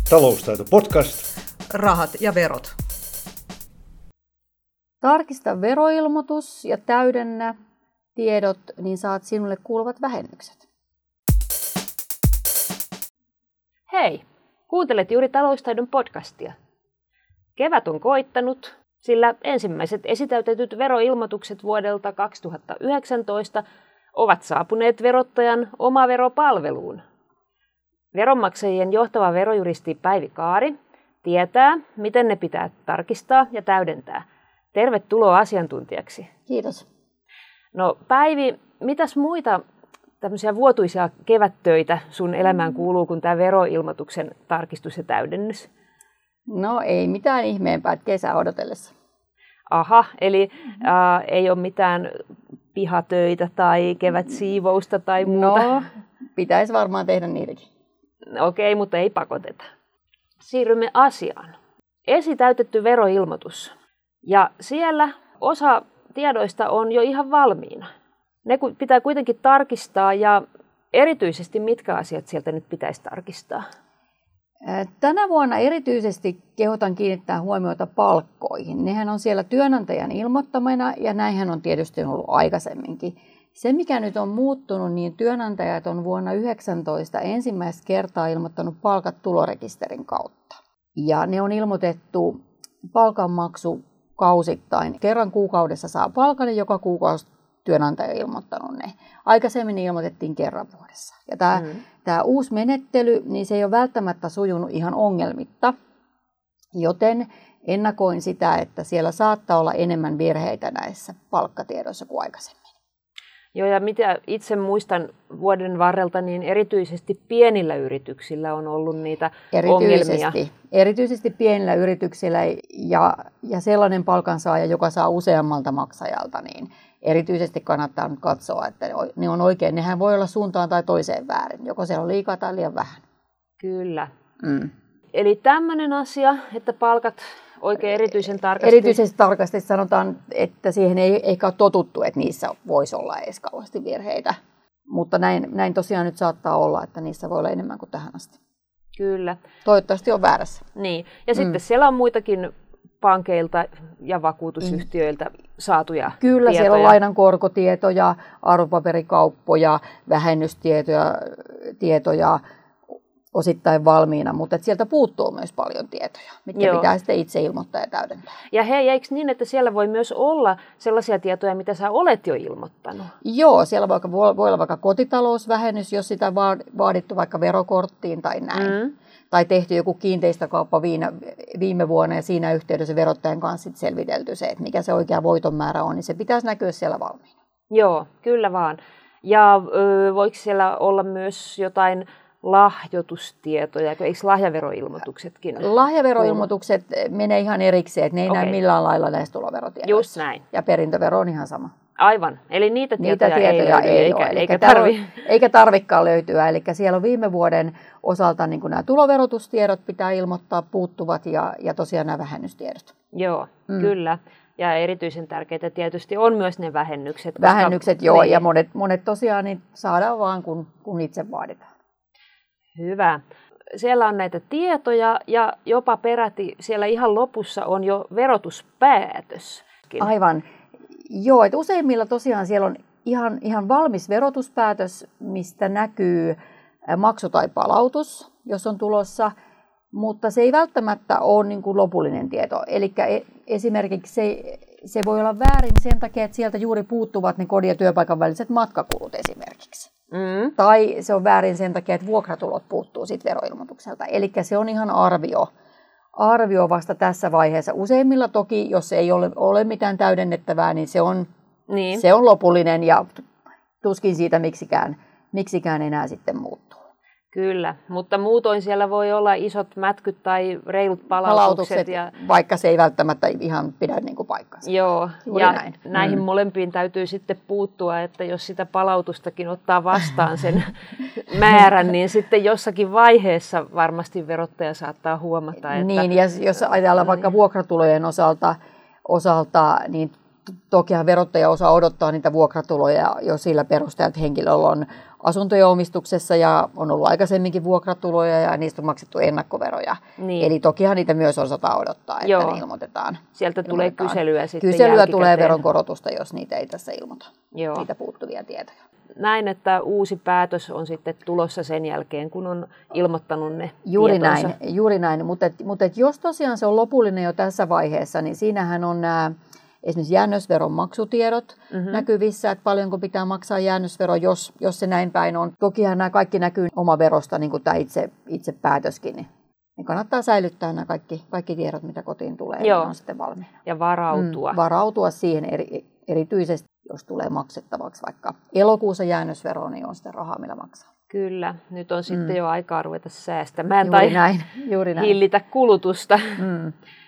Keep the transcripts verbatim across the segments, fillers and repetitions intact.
Taloustaito podcast. Rahat ja verot. Tarkista veroilmoitus ja täydennä tiedot, niin saat sinulle kuuluvat vähennykset. Hei, kuuntelet juuri Taloustaidon podcastia. Kevät on koittanut, sillä ensimmäiset esitäytetyt veroilmoitukset vuodelta kaksituhattayhdeksäntoista ovat saapuneet verottajan omaveropalveluun. Veronmaksajien johtava verojuristi Päivi Kaari tietää, miten ne pitää tarkistaa ja täydentää. Tervetuloa asiantuntijaksi. Kiitos. No Päivi, mitäs muita tämmöisiä vuotuisia kevättöitä sun elämään kuuluu kuin tämä veroilmoituksen tarkistus ja täydennys? No ei mitään ihmeempää, että kesä odotellessa. Aha, eli äh, ei ole mitään pihatöitä tai kevätsiivousta tai muuta? No, pitäisi varmaan tehdä niitäkin. Okei, mutta ei pakoteta. Siirrymme asiaan. Esitäytetty veroilmoitus. Ja siellä osa tiedoista on jo ihan valmiina. Ne pitää kuitenkin tarkistaa ja erityisesti mitkä asiat sieltä nyt pitäisi tarkistaa? Tänä vuonna erityisesti kehotan kiinnittää huomiota palkkoihin. Nehän on siellä työnantajan ilmoittamana ja näinhän on tietysti ollut aikaisemminkin. Se, mikä nyt on muuttunut, niin työnantajat on vuonna yhdeksäntoista ensimmäistä kertaa ilmoittanut palkat tulorekisterin kautta. Ja ne on ilmoitettu palkanmaksu kausittain. Kerran kuukaudessa saa palkan ja joka kuukausi työnantaja on ilmoittanut ne. Aikaisemmin ilmoitettiin kerran vuodessa. Ja tämä, mm. tämä uusi menettely, niin se ei ole välttämättä sujunut ihan ongelmitta, joten ennakoin sitä, että siellä saattaa olla enemmän virheitä näissä palkkatiedoissa kuin aikaisemmin. Joo, ja mitä itse muistan vuoden varrelta, niin erityisesti pienillä yrityksillä on ollut niitä erityisesti, ongelmia. Erityisesti pienillä yrityksillä ja, ja sellainen palkansaaja, joka saa useammalta maksajalta, niin erityisesti kannattaa nyt katsoa, että ne on oikein. Nehän voi olla suuntaan tai toiseen väärin, joko siellä on liikaa tai liian vähän. Kyllä. Mm. Eli tämmöinen asia, että palkat oikein erityisen tarkasti. Erityisesti tarkasti sanotaan, että siihen ei ehkä ole totuttu, että niissä voisi olla edes kauheasti virheitä. Mutta näin, näin tosiaan nyt saattaa olla, että niissä voi olla enemmän kuin tähän asti. Kyllä. Toivottavasti on väärässä. Niin. Ja mm. sitten siellä on muitakin pankeilta ja vakuutusyhtiöiltä mm. saatuja Kyllä, tietoja. siellä on lainan korkotietoja, arvopaperikauppoja, vähennystietoja, tietoja, osittain valmiina, mutta sieltä puuttuu myös paljon tietoja, mitkä Joo. pitää sitten itse ilmoittaa ja täydentää. Ja hei, eikö niin, että siellä voi myös olla sellaisia tietoja, mitä sä olet jo ilmoittanut? Joo, siellä vaikka, voi olla vaikka kotitalousvähennys, jos sitä vaadittu vaikka verokorttiin tai näin. Mm. Tai tehty joku kiinteistökauppa viime, viime vuonna ja siinä yhteydessä verottajan kanssa selvitelty se, että mikä se oikea voiton määrä on, niin se pitäisi näkyä siellä valmiina. Joo, kyllä vaan. Ja ö, voiko siellä olla myös jotain lahjoitustietoja, eikö lahjaveroilmoituksetkin? Lahjaveroilmoitukset menee ihan erikseen, että ne ei okay. näy millään lailla näissä tuloverotiedoissa. Just näin. Ja perintövero on ihan sama. Aivan, eli niitä tietoja, niitä tietoja ei, ei löydy, ole, eikä, eikä tarvi. Eikä tarvikaan löytyä, eli siellä on viime vuoden osalta niin nämä tuloverotustiedot pitää ilmoittaa puuttuvat ja, ja tosiaan nämä vähennystiedot. Joo, mm. kyllä. Ja erityisen tärkeitä tietysti on myös ne vähennykset. Koska, vähennykset, joo, niin. Ja monet, monet tosiaan niin saadaan vaan, kun, kun itse vaaditaan. Hyvä. Siellä on näitä tietoja ja jopa peräti siellä ihan lopussa on jo verotuspäätös. Aivan. Joo, että useimmilla tosiaan siellä on ihan, ihan valmis verotuspäätös, mistä näkyy maksu tai palautus, jos on tulossa, mutta se ei välttämättä ole niin kuin lopullinen tieto. Eli esimerkiksi se, se voi olla väärin sen takia, että sieltä juuri puuttuvat ne kodin ja työpaikan väliset matkakulut esimerkiksi. Mm. Tai se on väärin sen takia, että vuokratulot puuttuu siitä veroilmoitukselta. Eli se on ihan arvio. Arvio vasta tässä vaiheessa. Useimmilla toki, jos ei ole, ole mitään täydennettävää, niin se on, niin. se on lopullinen ja tuskin siitä miksikään, miksikään enää sitten muuttuu. Kyllä, mutta muutoin siellä voi olla isot mätkyt tai reilut palautukset. palautukset ja... Vaikka se ei välttämättä ihan pidä niin kuin paikkansa. Joo, Juuri ja näin. näihin mm. molempiin täytyy sitten puuttua, että jos sitä palautustakin ottaa vastaan sen määrän, niin sitten jossakin vaiheessa varmasti verottaja saattaa huomata. Että... Niin, ja jos ajatellaan vaikka vuokratulojen osalta, osalta niin tokihan verottaja osaa odottaa niitä vuokratuloja jo sillä perusteella, että henkilöllä on asuntojen omistuksessa ja on ollut aikaisemminkin vuokratuloja ja niistä on maksettu ennakkoveroja. Niin. Eli tokihan niitä myös osataan odottaa, että Joo. ne ilmoitetaan. Sieltä tulee ilmoitetaan. kyselyä sitten Kyselyä tulee veronkorotusta, jos niitä ei tässä ilmoita, Joo. niitä puuttuvia tietoja. Näin, että uusi päätös on sitten tulossa sen jälkeen, kun on ilmoittanut ne Juuri tietonsa. näin, juuri näin. Mutta, mutta jos tosiaan se on lopullinen jo tässä vaiheessa, niin siinähän on nämä esimerkiksi jäännösveron maksutiedot mm-hmm. näkyvissä, että paljonko pitää maksaa jäännösvero, jos, jos se näin päin on. Tokihan nämä kaikki näkyy omaverosta, niin kuin tämä itse, itse päätöskin. Niin kannattaa säilyttää nämä kaikki, kaikki tiedot, mitä kotiin tulee, Joo. niin on sitten valmiina. Ja varautua. Mm, varautua siihen eri, erityisesti, jos tulee maksettavaksi vaikka elokuussa jäännösvero, niin on sitten rahaa, millä maksaa. Kyllä, nyt on sitten mm. jo aikaa ruveta säästämään juuri tai näin, juuri näin. hillitä kulutusta. Mm.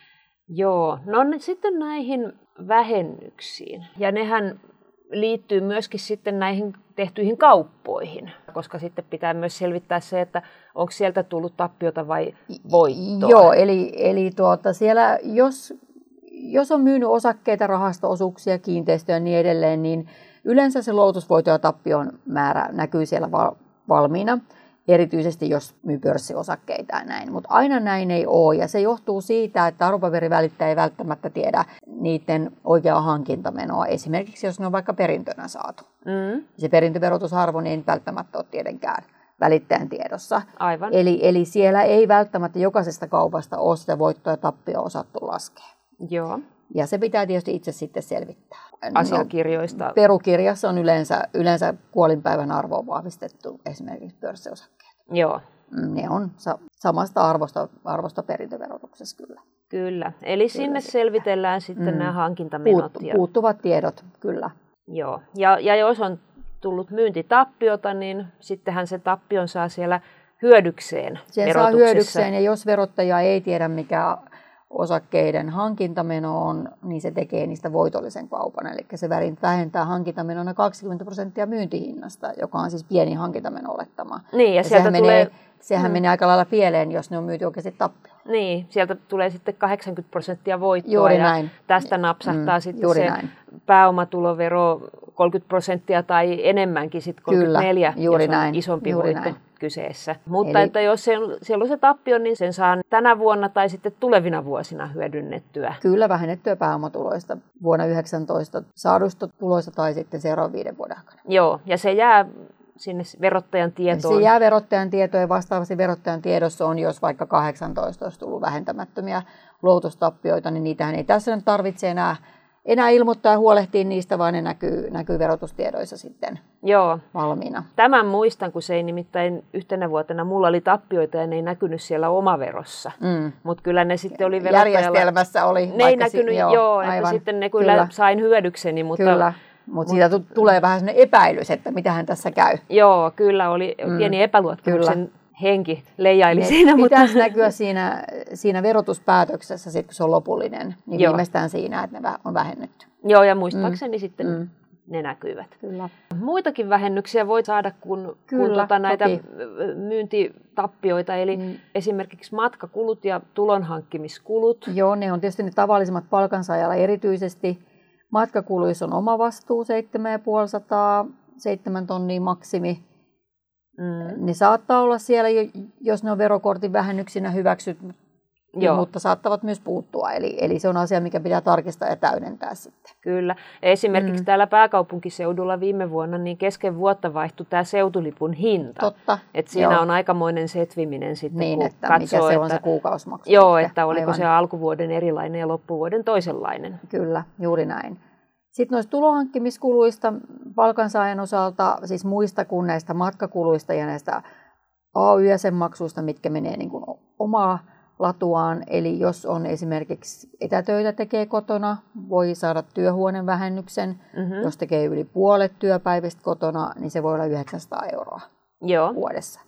Joo, no sitten näihin vähennyksiin. Ja nehän liittyy myöskin sitten näihin tehtyihin kauppoihin, koska sitten pitää myös selvittää se, että onko sieltä tullut tappiota vai voittoa. Joo, eli, eli tuota, siellä, jos, jos on myynyt osakkeita, rahasto-osuuksia, kiinteistöjä ja niin edelleen, niin yleensä se luovutusvoiton ja tappion määrä näkyy siellä val, valmiina. Erityisesti jos myy pörssiosakkeita ja näin. Mutta aina näin ei ole. Ja se johtuu siitä, että arvopaperivälittäjä ei välttämättä tiedä niiden oikeaa hankintamenoa. Esimerkiksi jos ne on vaikka perintönä saatu. Mm. Se perintöverotusarvo niin ei välttämättä ole tietenkään välittäjän tiedossa. Aivan. Eli, eli siellä ei välttämättä jokaisesta kaupasta ole sitä voittoa ja tappioa osattu laskea. Joo. Ja se pitää tietysti itse sitten selvittää. Asiakirjoista. No, perukirjassa on yleensä, yleensä kuolinpäivän arvoon vahvistettu esimerkiksi pörssiosakkeet. Joo. Ne on sa- samasta arvosta, arvosta perintöverotuksessa kyllä. Kyllä. Eli kyllä sinne selvitellään sitten mm. nämä hankintamenot. Puuttu, puuttuvat tiedot, kyllä. Joo. Ja, ja jos on tullut myyntitappiota, niin sittenhän se tappion saa siellä hyödykseen Sen saa hyödykseen, ja jos verottaja ei tiedä, mikä osakkeiden hankintameno on, niin se tekee niistä voitollisen kaupan. Eli se vähentää hankintamenona kaksikymmentä prosenttia myyntihinnasta, joka on siis pieni hankintameno olettama. Niin, ja, ja sieltä sehän, tulee, menee, sehän mm. menee aika lailla pieleen, jos ne on myyty oikeasti tappioon. Niin, sieltä tulee sitten kahdeksankymmentä prosenttia voittoa. Juuri ja näin. Tästä napsahtaa mm, sitten se näin. pääomatulovero kolmekymmentä prosenttia tai enemmänkin, sitten kolmekymmentäneljä, Kyllä, juuri jos on näin. isompi juuri voitto näin. kyseessä. Mutta Eli, että jos siellä on se tappio, niin sen saa tänä vuonna tai sitten tulevina vuosina hyödynnettyä. Kyllä, vähennettyä pääomatuloista vuonna yhdeksäntoista saadusta tuloista tai sitten seuraavan viiden vuoden aikana. Joo, ja se jää sinne verottajan tietoon. Se jää verottajan tietoon, ja vastaavasti verottajan tiedossa on, jos vaikka kahdeksantoista olisi tullut vähentämättömiä luovutustappioita, niin niitähän ei tässä nyt tarvitse enää enää ilmoittaa ja huolehtia niistä, vaan ne näkyy, näkyy verotustiedoissa sitten Joo. valmiina. Tämän muistan, kun se ei nimittäin yhtenä vuotena mulla oli tappioita ja ne ei näkynyt siellä omaverossa. Mm. Mutta kyllä ne sitten oli verottajalla. Järjestelmässä oli. Ne ei näkynyt, si- joo, joo että sitten ne kyllä, kyllä sain hyödykseni. Mutta, kyllä, mutta siitä t- tulee vähän sellainen epäilys, että mitähän tässä käy. Joo, kyllä oli mm. pieni epäluottamuksen kyllä. henki leijaili ne siinä. Pitäisi mutta näkyä siinä, siinä verotuspäätöksessä, sit, kun se on lopullinen, niin Joo. viimeistään siinä, että ne on vähennetty. Joo, ja muistaakseni mm. sitten mm. ne näkyvät. Kyllä. Muitakin vähennyksiä voi saada, kun, kun tuota näitä toki. myyntitappioita, eli mm. esimerkiksi matkakulut ja tulonhankkimiskulut. Joo, ne on tietysti ne tavallisimmat palkansaajalla erityisesti. Matkakuluissa on oma vastuu seitsemäntuhattaviisisataa, seitsemän tonnia maksimi. Mm. Ne saattaa olla siellä, jos ne on verokortin vähennyksinä hyväksyt, Joo. mutta saattavat myös puuttua. Eli, eli se on asia, mikä pitää tarkistaa ja täydentää sitten. Kyllä. Esimerkiksi mm. täällä pääkaupunkiseudulla viime vuonna niin kesken vuotta vaihtui tämä seutulipun hinta. Totta. Et siinä Joo. on aikamoinen setviminen sitten, niin, kun että katsoo, mikä se että, on se kuukausimaksu. Joo, että oliko Aivan. se alkuvuoden erilainen ja loppuvuoden toisenlainen. Kyllä, juuri näin. Sitten noista tulonhankkimiskuluista palkansaajan osalta, siis muista kuin näistä matkakuluista ja näistä A Y-jäsenmaksuista, mitkä menee niin kuin omaa latuaan. Eli jos on esimerkiksi etätöitä tekee kotona, voi saada työhuoneen vähennyksen. Mm-hmm. Jos tekee yli puolet työpäivistä kotona, niin se voi olla yhdeksänsataa euroa Joo. vuodessa.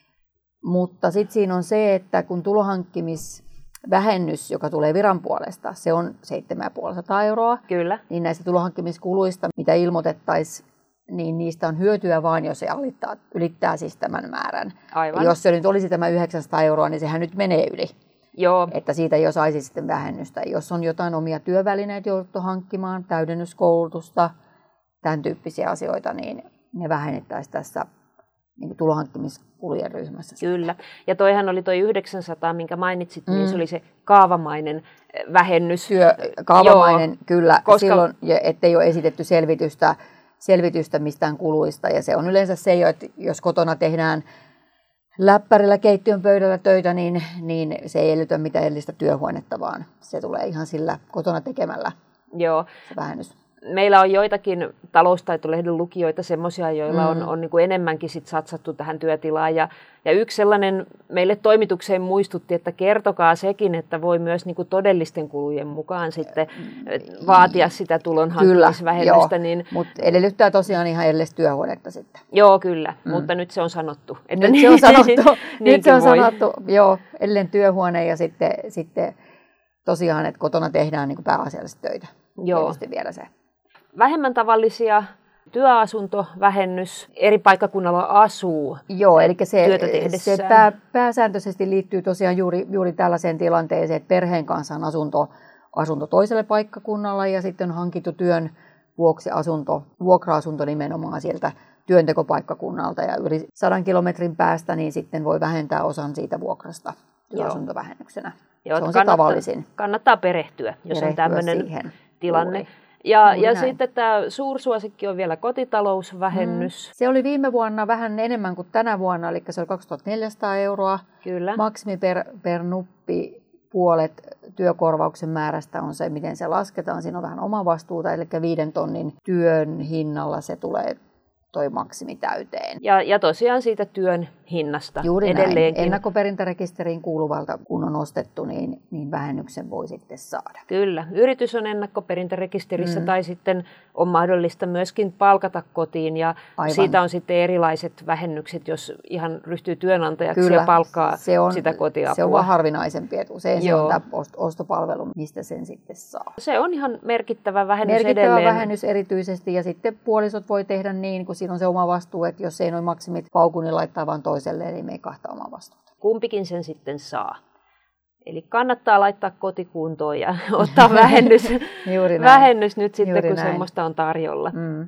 Mutta sitten siinä on se, että kun tulonhankkimis vähennys, joka tulee viran puolesta, se on seitsemäntuhattaviisisataa euroa. Kyllä. Niin näistä tulonhankkimiskuluista, mitä ilmoitettaisiin, niin niistä on hyötyä vain, jos se ylittää, ylittää siis tämän määrän. Aivan. Jos se nyt olisi tämä yhdeksänsataa euroa, niin sehän nyt menee yli. Joo. Että siitä ei saisi sitten vähennystä. Jos on jotain omia työvälineitä jouduttu hankkimaan, täydennyskoulutusta, tämän tyyppisiä asioita, niin ne vähennettäisiin tässä niin kuin tulonhankkimiskulujen ryhmässä. Kyllä. Ja toihan oli toi yhdeksänsataa, minkä mainitsit, mm. niin se oli se kaavamainen vähennys. Työ, kaavamainen, Joo, kyllä, koska... silloin, ettei ole esitetty selvitystä, selvitystä mistään kuluista. Ja se on yleensä se jo, että jos kotona tehdään läppärillä keittiön pöydällä töitä, niin, niin se ei edellytä mitään edellistä työhuonetta, vaan se tulee ihan sillä kotona tekemällä Joo. se vähennys. Meillä on joitakin taloustaitolehden lukijoita semmoisia, joilla on, mm. on niin kuin enemmänkin sit satsattu tähän työtilaan. Ja, ja yksi sellainen meille toimitukseen muistutti, että kertokaa sekin, että voi myös niin kuin todellisten kulujen mukaan sitten vaatia sitä tulonhankkimisvähennystä. Niin... mutta edellyttää tosiaan ihan edellistä työhuonetta sitten. Joo, kyllä, mm. mutta nyt se on sanottu. Että nyt se on sanottu, nyt se on sanottu joo, edelleen työhuone ja sitten, sitten tosiaan, että kotona tehdään niin kuin pääasiallisesti töitä. Joo. Tietysti vielä se. Vähemmän tavallisia, työasuntovähennys, eri paikkakunnalla asuu. Joo, eli se, työtä tehdessään. se pää, pääsääntöisesti liittyy tosiaan juuri, juuri tällaiseen tilanteeseen, että perheen kanssa on asunto, asunto toiselle paikkakunnalla ja sitten on hankittu työn vuoksi asunto, vuokra-asunto nimenomaan sieltä työntekopaikkakunnalta ja yli sadan kilometrin päästä, niin sitten voi vähentää osan siitä vuokrasta työasuntovähennyksenä. Joo, se on kannattaa, se tavallisin. Kannattaa perehtyä, jos perehtyä on tämmöinen siihen. Tilanne. Juuri. Ja, ja sitten tämä suursuosikki on vielä kotitalousvähennys. Mm. Se oli viime vuonna vähän enemmän kuin tänä vuonna, eli se oli kaksituhattaneljäsataa euroa. Kyllä. Maksimi per, per nuppi, puolet työkorvauksen määrästä on se, miten se lasketaan. Siinä on vähän omavastuuta, eli viiden tonnin työn hinnalla se tulee toi maksimi täyteen. Ja, ja tosiaan siitä työn hinnasta Juuri edelleenkin. Näin. Ennakkoperintärekisteriin kuuluvalta, kun on ostettu, niin, niin vähennyksen voi sitten saada. Kyllä. Yritys on ennakkoperintärekisterissä mm. tai sitten on mahdollista myöskin palkata kotiin. Ja Aivan. siitä on sitten erilaiset vähennykset, jos ihan ryhtyy työnantajaksi Kyllä. ja palkkaa se on, sitä kotiapua. Se on vaan harvinaisempi, että usein Joo. se on tämä ostopalvelu, mistä sen sitten saa. Se on ihan merkittävä vähennys merkittävä edelleen. vähennys erityisesti ja sitten puolisot voi tehdä niin, kun siinä on se oma vastuu, että jos ei noin maksimit paukun, niin laittaa vaan toiselle, niin me ei kahta omaa vastuuta. Kumpikin sen sitten saa. Eli kannattaa laittaa kotikuntoon ja ottaa vähennys, vähennys nyt sitten, Juuri kun näin. semmoista on tarjolla. Mm.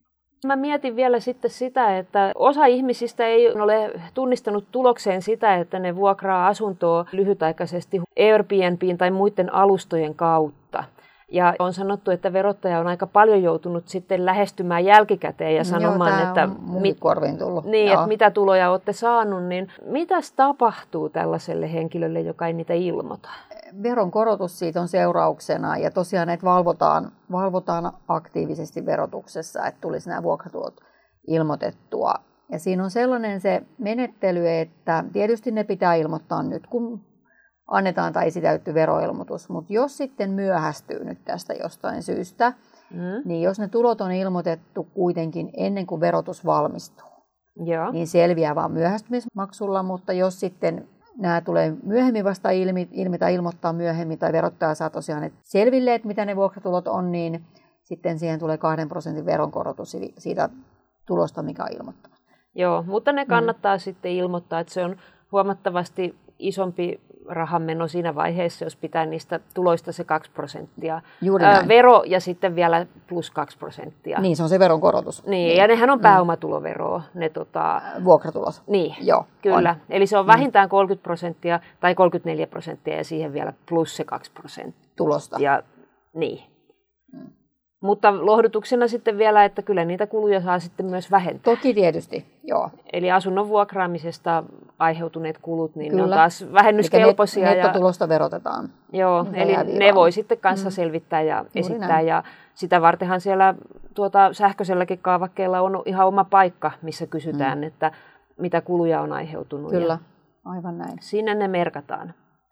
Mä mietin vielä sitten sitä, että osa ihmisistä ei ole tunnistanut tulokseen sitä, että ne vuokraa asuntoa lyhytaikaisesti Airbnbin tai muiden alustojen kautta. Ja on sanottu, että verottaja on aika paljon joutunut sitten lähestymään jälkikäteen ja sanomaan, Joo, että, mit, tullut. Niin, että mitä tuloja olette saanut, niin mitäs tapahtuu tällaiselle henkilölle, joka ei niitä ilmoita? Veron korotus siitä on seurauksena ja tosiaan näitä valvotaan, valvotaan aktiivisesti verotuksessa, että tulisi nämä vuokratulot ilmoitettua. Ja siinä on sellainen se menettely, että tietysti ne pitää ilmoittaa nyt, kun annetaan tai esitäytty veroilmoitus, mutta jos sitten myöhästyy nyt tästä jostain syystä, mm. niin jos ne tulot on ilmoitettu kuitenkin ennen kuin verotus valmistuu, Joo. niin selviää vaan myöhästymismaksulla, mutta jos sitten nämä tulee myöhemmin vasta ilmi, ilmi tai ilmoittaa myöhemmin tai verottaja saa tosiaan että selville, että mitä ne vuokratulot on, niin sitten siihen tulee kahden prosentin veronkorotus siitä tulosta, mikä on ilmoittamatta. Joo, mutta ne kannattaa mm. sitten ilmoittaa, että se on huomattavasti isompi rahanmeno siinä vaiheessa, jos pitää niistä tuloista se kaksi prosenttia. Ää, vero ja sitten vielä plus kaksi prosenttia. Niin, se on se veronkorotus. Niin, niin. Ja nehän on pääomatuloveroa. Ne, tota... Vuokratulot. Niin, Joo, kyllä. On. Eli se on vähintään kolmekymmentä prosenttia tai kolmekymmentäneljä prosenttia ja siihen vielä plus se kaksi prosenttia. Tulosta. Ja, niin. Mm. Mutta lohdutuksena sitten vielä, että kyllä niitä kuluja saa sitten myös vähentää. Toki tietysti, joo. Eli asunnon vuokraamisesta aiheutuneet kulut, niin kyllä. ne on taas vähennyskelpoisia. Eli nettotulosta ja... verotetaan. Joo, Mitä eli ne voi sitten kanssa mm. selvittää ja Juuri esittää. Näin. Ja sitä vartenhan siellä tuota, sähköiselläkin kaavakkeella on ihan oma paikka, missä kysytään, mm. että mitä kuluja on aiheutunut. Kyllä, aivan näin. Sinne ne merkataan.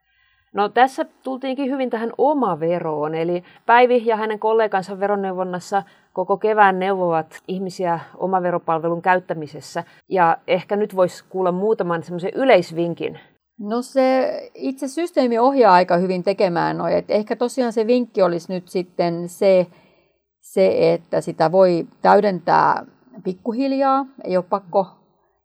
No tässä tultiinkin hyvin tähän omaveroon, eli Päivi ja hänen kollegansa veroneuvonnassa koko kevään neuvovat ihmisiä omaveropalvelun käyttämisessä. Ja ehkä nyt voisi kuulla muutaman semmoisen yleisvinkin. No se itse systeemi ohjaa aika hyvin tekemään noin. Et ehkä tosiaan se vinkki olisi nyt sitten se, se, että sitä voi täydentää pikkuhiljaa. Ei ole pakko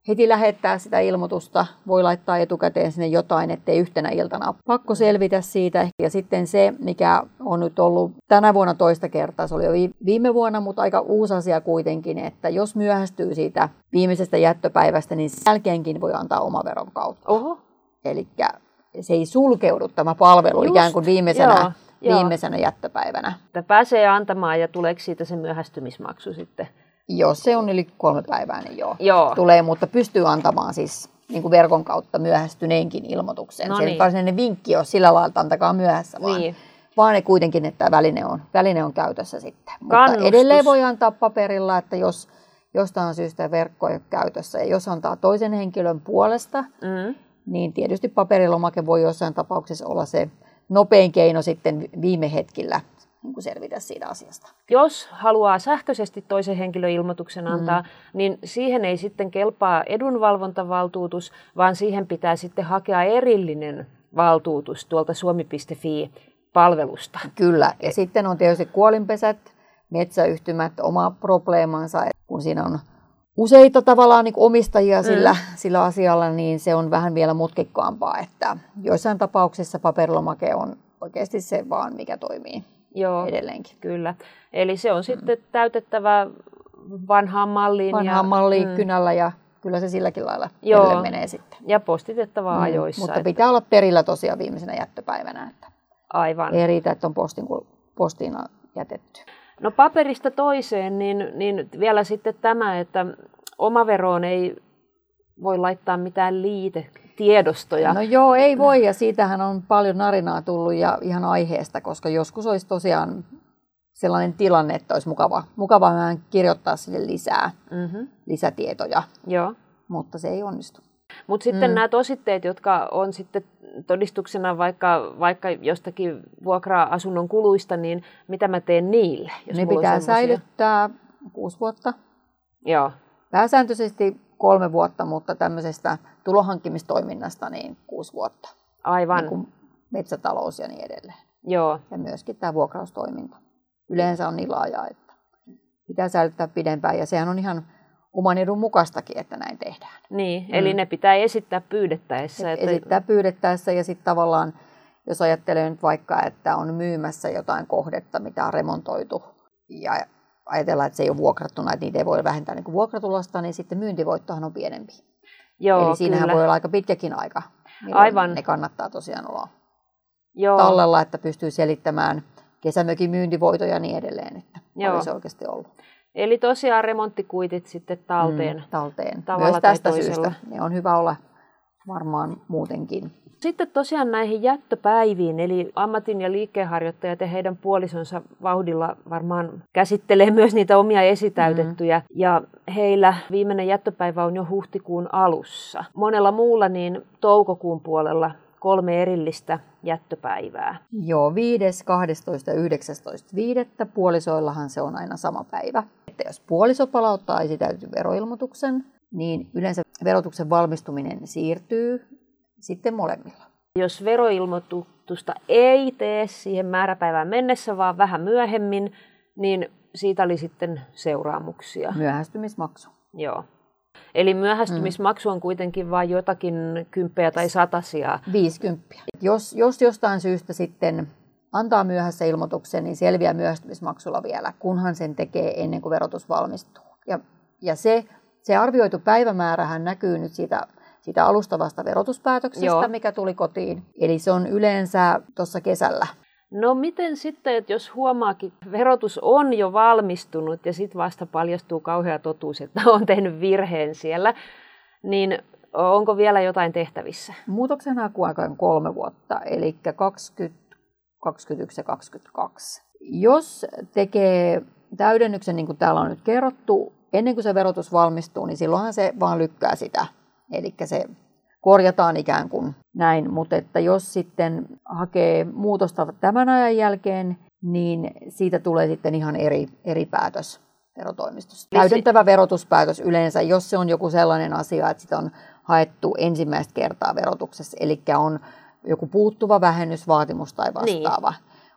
heti lähettää sitä ilmoitusta, voi laittaa etukäteen sinne jotain, ettei yhtenä iltana ole pakko selvitä siitä. Ja sitten se, mikä on nyt ollut tänä vuonna toista kertaa, se oli jo viime vuonna, mutta aika uusi asia kuitenkin, että jos myöhästyy siitä viimeisestä jättöpäivästä, niin sen jälkeenkin voi antaa omaveron kautta. Oho. Eli se ei sulkeudu tämä palvelu Just, ikään kuin viimeisenä, joo, viimeisenä joo. jättöpäivänä. Että pääsee antamaan ja tuleeko siitä se myöhästymismaksu sitten? Jos se on yli kolme päivää, niin joo, joo. tulee, mutta pystyy antamaan siis niin kuin verkon kautta myöhästyneenkin ilmoituksen. No se niin. ei varsinainen vinkki ole sillä lailla, että antakaa myöhässä, vaan, niin. vaan ne kuitenkin, että tämä väline on, väline on käytössä sitten. Kannustus. Mutta edelleen voi antaa paperilla, että jos jostain syystä verkko ei ole käytössä ja jos antaa toisen henkilön puolesta, mm. niin tietysti paperilomake voi jossain tapauksessa olla se nopein keino sitten viime hetkillä niin kuin selvitä siitä asiasta. Jos haluaa sähköisesti toisen henkilön ilmoituksen antaa, mm. niin siihen ei sitten kelpaa edunvalvontavaltuutus, vaan siihen pitää sitten hakea erillinen valtuutus tuolta suomi piste fi-palvelusta. Kyllä, ja sitten on tietysti kuolinpesät, metsäyhtymät, oma probleemansa, kun siinä on useita tavallaan niin kuin omistajia sillä, mm. sillä asialla, niin se on vähän vielä mutkikkaampaa, että joissain tapauksissa paperilomake on oikeasti se vaan, mikä toimii. Joo, edelleenkin. Kyllä. Eli se on sitten mm. täytettävä vanhaan malliin. Vanhaan ja, malliin mm. kynällä ja kyllä se silläkin lailla edelleen menee sitten. Ja postitettava mm. ajoissa. Mutta että... pitää olla perillä tosiaan viimeisenä jättöpäivänä. Että aivan. Ei riitä, että on postin, postiin jätetty. No paperista toiseen, niin, niin vielä sitten tämä, että omaveroon ei voi laittaa mitään liitetiedostoja. No joo, ei voi, ja siitähän on paljon narinaa tullut ja ihan aiheesta, koska joskus olisi tosiaan sellainen tilanne, että olisi mukava, mukava vähän kirjoittaa sille lisää, mm-hmm. lisätietoja, joo. mutta se ei onnistu. Mutta sitten mm. nämä tositteet, jotka on sitten todistuksena vaikka, vaikka jostakin vuokra-asunnon kuluista, niin mitä mä teen niille? Jos ne pitää säilyttää kuusi vuotta. Joo. Pääsääntöisesti kolme vuotta, mutta tämmöisestä tulonhankkimistoiminnasta niin kuusi vuotta. Aivan. Niin kuin metsätalous ja niin edelleen. Joo. Ja myöskin tämä vuokraustoiminta. Yleensä on niin laaja, että pitää säilyttää pidempään ja sehän on ihan oman edun mukaistakin, että näin tehdään. Niin, mm. eli ne pitää esittää pyydettäessä. Että... Esittää pyydettäessä ja sitten tavallaan, jos ajattelee nyt vaikka, että on myymässä jotain kohdetta, mitä on remontoitu ja ajatellaan, että se ei ole vuokrattuna, että niitä ei voi vähentää niin kuin vuokratulosta, niin sitten myyntivoittohan on pienempi. Joo, eli siinähän kyllä. voi olla aika pitkäkin aika, aivan. Ne kannattaa tosiaan olla Joo. tallella, että pystyy selittämään kesämökin myyntivoitoja ja niin edelleen, että paljon se oikeasti ollut. Eli tosiaan remonttikuitit sitten talteen. Mm, talteen. Tavalla myös tästä toisella. syystä. Ne on hyvä olla varmaan muutenkin. Sitten tosiaan näihin jättöpäiviin, eli ammatin- ja liikkeenharjoittajat ja heidän puolisonsa vauhdilla varmaan käsittelee myös niitä omia esitäytettyjä. Mm. Ja heillä viimeinen jättöpäivä on jo huhtikuun alussa. Monella muulla niin toukokuun puolella kolme erillistä jättöpäivää. Joo, viides, kahdestoista ja yhdeksästoista viidettä puolisoillahan se on aina sama päivä. Että jos puoliso palauttaa esitäytetyn veroilmoituksen, niin yleensä verotuksen valmistuminen siirtyy sitten molemmilla. Jos veroilmoitusta ei tee siihen määräpäivään mennessä, vaan vähän myöhemmin, niin siitä oli sitten seuraamuksia. Myöhästymismaksu. Joo. Eli myöhästymismaksu on kuitenkin vain jotakin kymppejä tai satasia. Viisikymppiä. Jos, jos jostain syystä sitten antaa myöhässä ilmoituksen, niin selviää myöhästymismaksulla vielä, kunhan sen tekee ennen kuin verotus valmistuu. Ja, ja se, se arvioitu päivämäärähän näkyy nyt siitä, siitä alustavasta verotuspäätöksestä, Joo. mikä tuli kotiin. Eli se on yleensä tuossa kesällä. No miten sitten, että jos huomaakin, verotus on jo valmistunut ja sitten vasta paljastuu kauhea totuus, että on tehnyt virheen siellä, niin onko vielä jotain tehtävissä? Muutoksen hakuaika on kolme vuotta, eli kaksikymmentä, kaksikymmentäyksi ja kaksikymmentäkaksi. Jos tekee täydennyksen, niin kuin täällä on nyt kerrottu, ennen kuin se verotus valmistuu, niin silloinhan se vaan lykkää sitä, eli se korjataan ikään kuin näin, mutta että jos sitten hakee muutosta tämän ajan jälkeen, niin siitä tulee sitten ihan eri, eri päätös verotoimistossa. Täydentävä verotuspäätös yleensä, jos se on joku sellainen asia, että sitä on haettu ensimmäistä kertaa verotuksessa, eli on joku puuttuva vähennysvaatimus tai vastaava. Niin.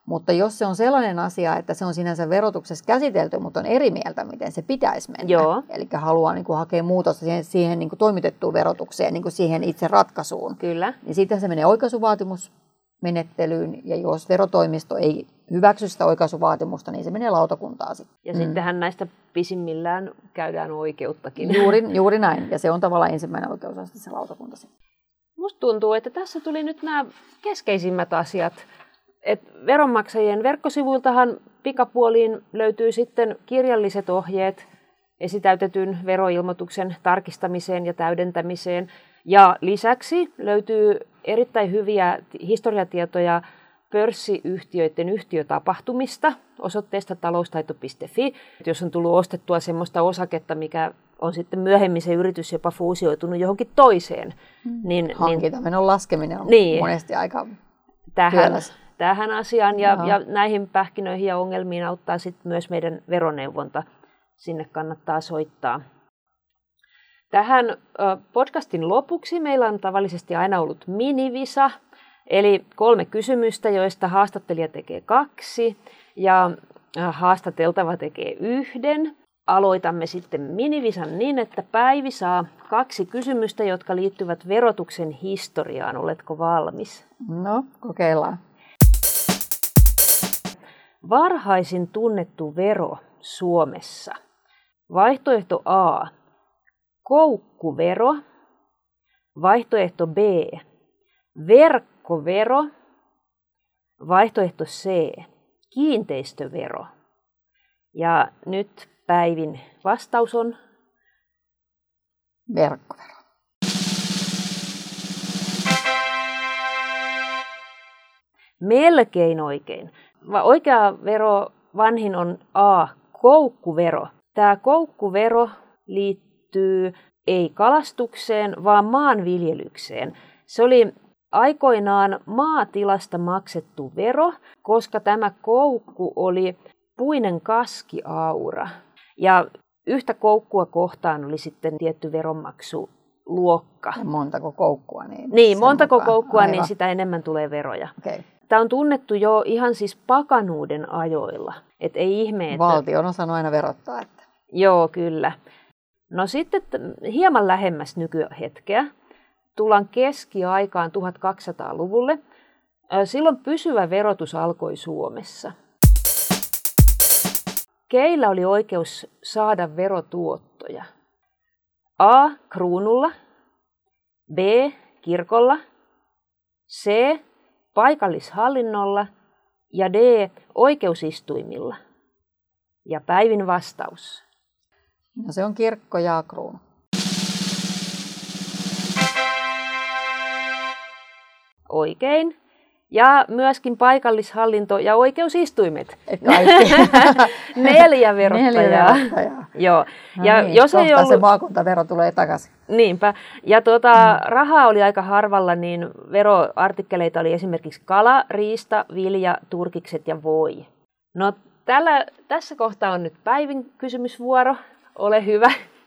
Mutta jos se on sellainen asia, että se on sinänsä verotuksessa käsitelty, mutta on eri mieltä, miten se pitäisi mennä. Joo. Eli haluaa niin kuin hakea muutosta siihen, siihen niin kuin toimitettuun verotukseen, niin kuin siihen itse ratkaisuun. Kyllä. Niin sitten se menee oikaisuvaatimusmenettelyyn, ja jos verotoimisto ei hyväksy sitä oikaisuvaatimusta, niin se menee lautakuntaan sitten. Ja mm. sittenhän näistä pisimmillään käydään oikeuttakin. Juuri, juuri näin, ja se on tavallaan ensimmäinen oikeusaste se lautakunta sitten. Musta tuntuu, että tässä tuli nyt nämä keskeisimmät asiat. Et veronmaksajien verkkosivuiltahan pikapuoliin löytyy sitten kirjalliset ohjeet esitäytetyn veroilmoituksen tarkistamiseen ja täydentämiseen. Ja lisäksi löytyy erittäin hyviä historiatietoja pörssiyhtiöiden yhtiötapahtumista osoitteesta taloustaito piste fi. Jos on tullut ostettua semmoista osaketta, mikä on sitten myöhemmin se yritys jopa fuusioitunut johonkin toiseen. Mm. Niin, Hankintamenon laskeminen on niin, monesti aika tähän, tähän asiaan ja, no. ja näihin pähkinöihin ja ongelmiin auttaa sitten myös meidän veroneuvonta. Sinne kannattaa soittaa. Tähän podcastin lopuksi meillä on tavallisesti aina ollut minivisa, eli kolme kysymystä, joista haastattelija tekee kaksi ja haastateltava tekee yhden. Aloitamme sitten minivisan niin, että Päivi saa kaksi kysymystä, jotka liittyvät verotuksen historiaan. Oletko valmis? No, kokeillaan. Varhaisin tunnettu vero Suomessa. Vaihtoehto A. Koukkuvero. Vaihtoehto B. Verkkovero. Vaihtoehto C. Kiinteistövero. Ja nyt Päivin vastaus on verkkovero. Melkein oikein. Oikea vero vanhin on A. Koukkuvero. Tämä koukkuvero liittyy ei kalastukseen, vaan maanviljelykseen. Se oli aikoinaan maatilasta maksettu vero, koska tämä koukku oli puinen kaskiaura. Ja yhtä koukkua kohtaan oli sitten tietty veronmaksuluokka. Ja montako koukkua? Niin, niin montako mukaan. koukkua, Aivan. niin sitä enemmän tulee veroja. Okay. Tämä on tunnettu jo ihan siis pakanuuden ajoilla. Et ei ihme, että... Valtio on osannut aina verottaa. Että... Joo, kyllä. No sitten hieman lähemmäs nykyhetkeä. Tullaan keskiaikaan tuhatkaksisataaluvulle. Silloin pysyvä verotus alkoi Suomessa. Keillä oli oikeus saada verotuottoja? A. Kruunulla. B. Kirkolla. C. Paikallishallinnolla. Ja D. Oikeusistuimilla. Ja Päivin vastaus. No se on kirkko ja kruunu. Oikein. Ja myöskin paikallishallinto ja oikeusistuimet. Kaikki. Neljä verottajaa. Neljä verottajaa. Joo. No ja niin, jos ei ollut... se maakuntavero tulee takaisin. Niinpä. Ja tuota, mm. rahaa oli aika harvalla, niin veroartikkeleita oli esimerkiksi kala, riista, vilja, turkikset ja voi. No tällä, tässä kohtaa on nyt Päivin kysymysvuoro. Ole hyvä.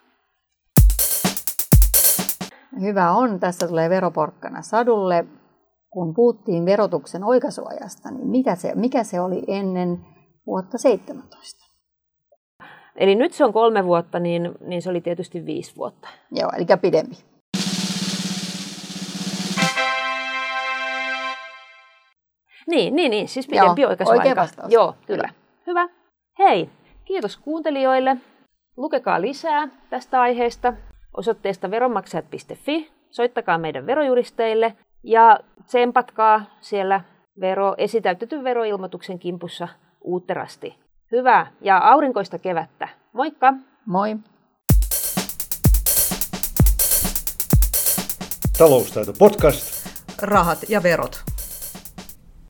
Hyvä on. Tässä tulee veroporkkana Sadulle. Kun puhuttiin verotuksen oikaisuajasta, niin mitä se, mikä se oli ennen vuotta seitsemäntoista? Eli nyt se on kolme vuotta, niin, niin se oli tietysti viisi vuotta. Joo, eli pidempi. Niin, niin, niin siis pidempi Joo, oikaisuaika. oikea vastaus. Joo, kyllä. Hyvä. Hei, kiitos kuuntelijoille. Lukekaa lisää tästä aiheesta osoitteesta veronmaksajat piste fi. Soittakaa meidän verojuristeille. Ja tsempatkaa siellä vero, esitäytetyn veroilmoituksen kimpussa uutterasti. Hyvää ja aurinkoista kevättä. Moikka! Moi! Taloustaito podcast. Rahat ja verot.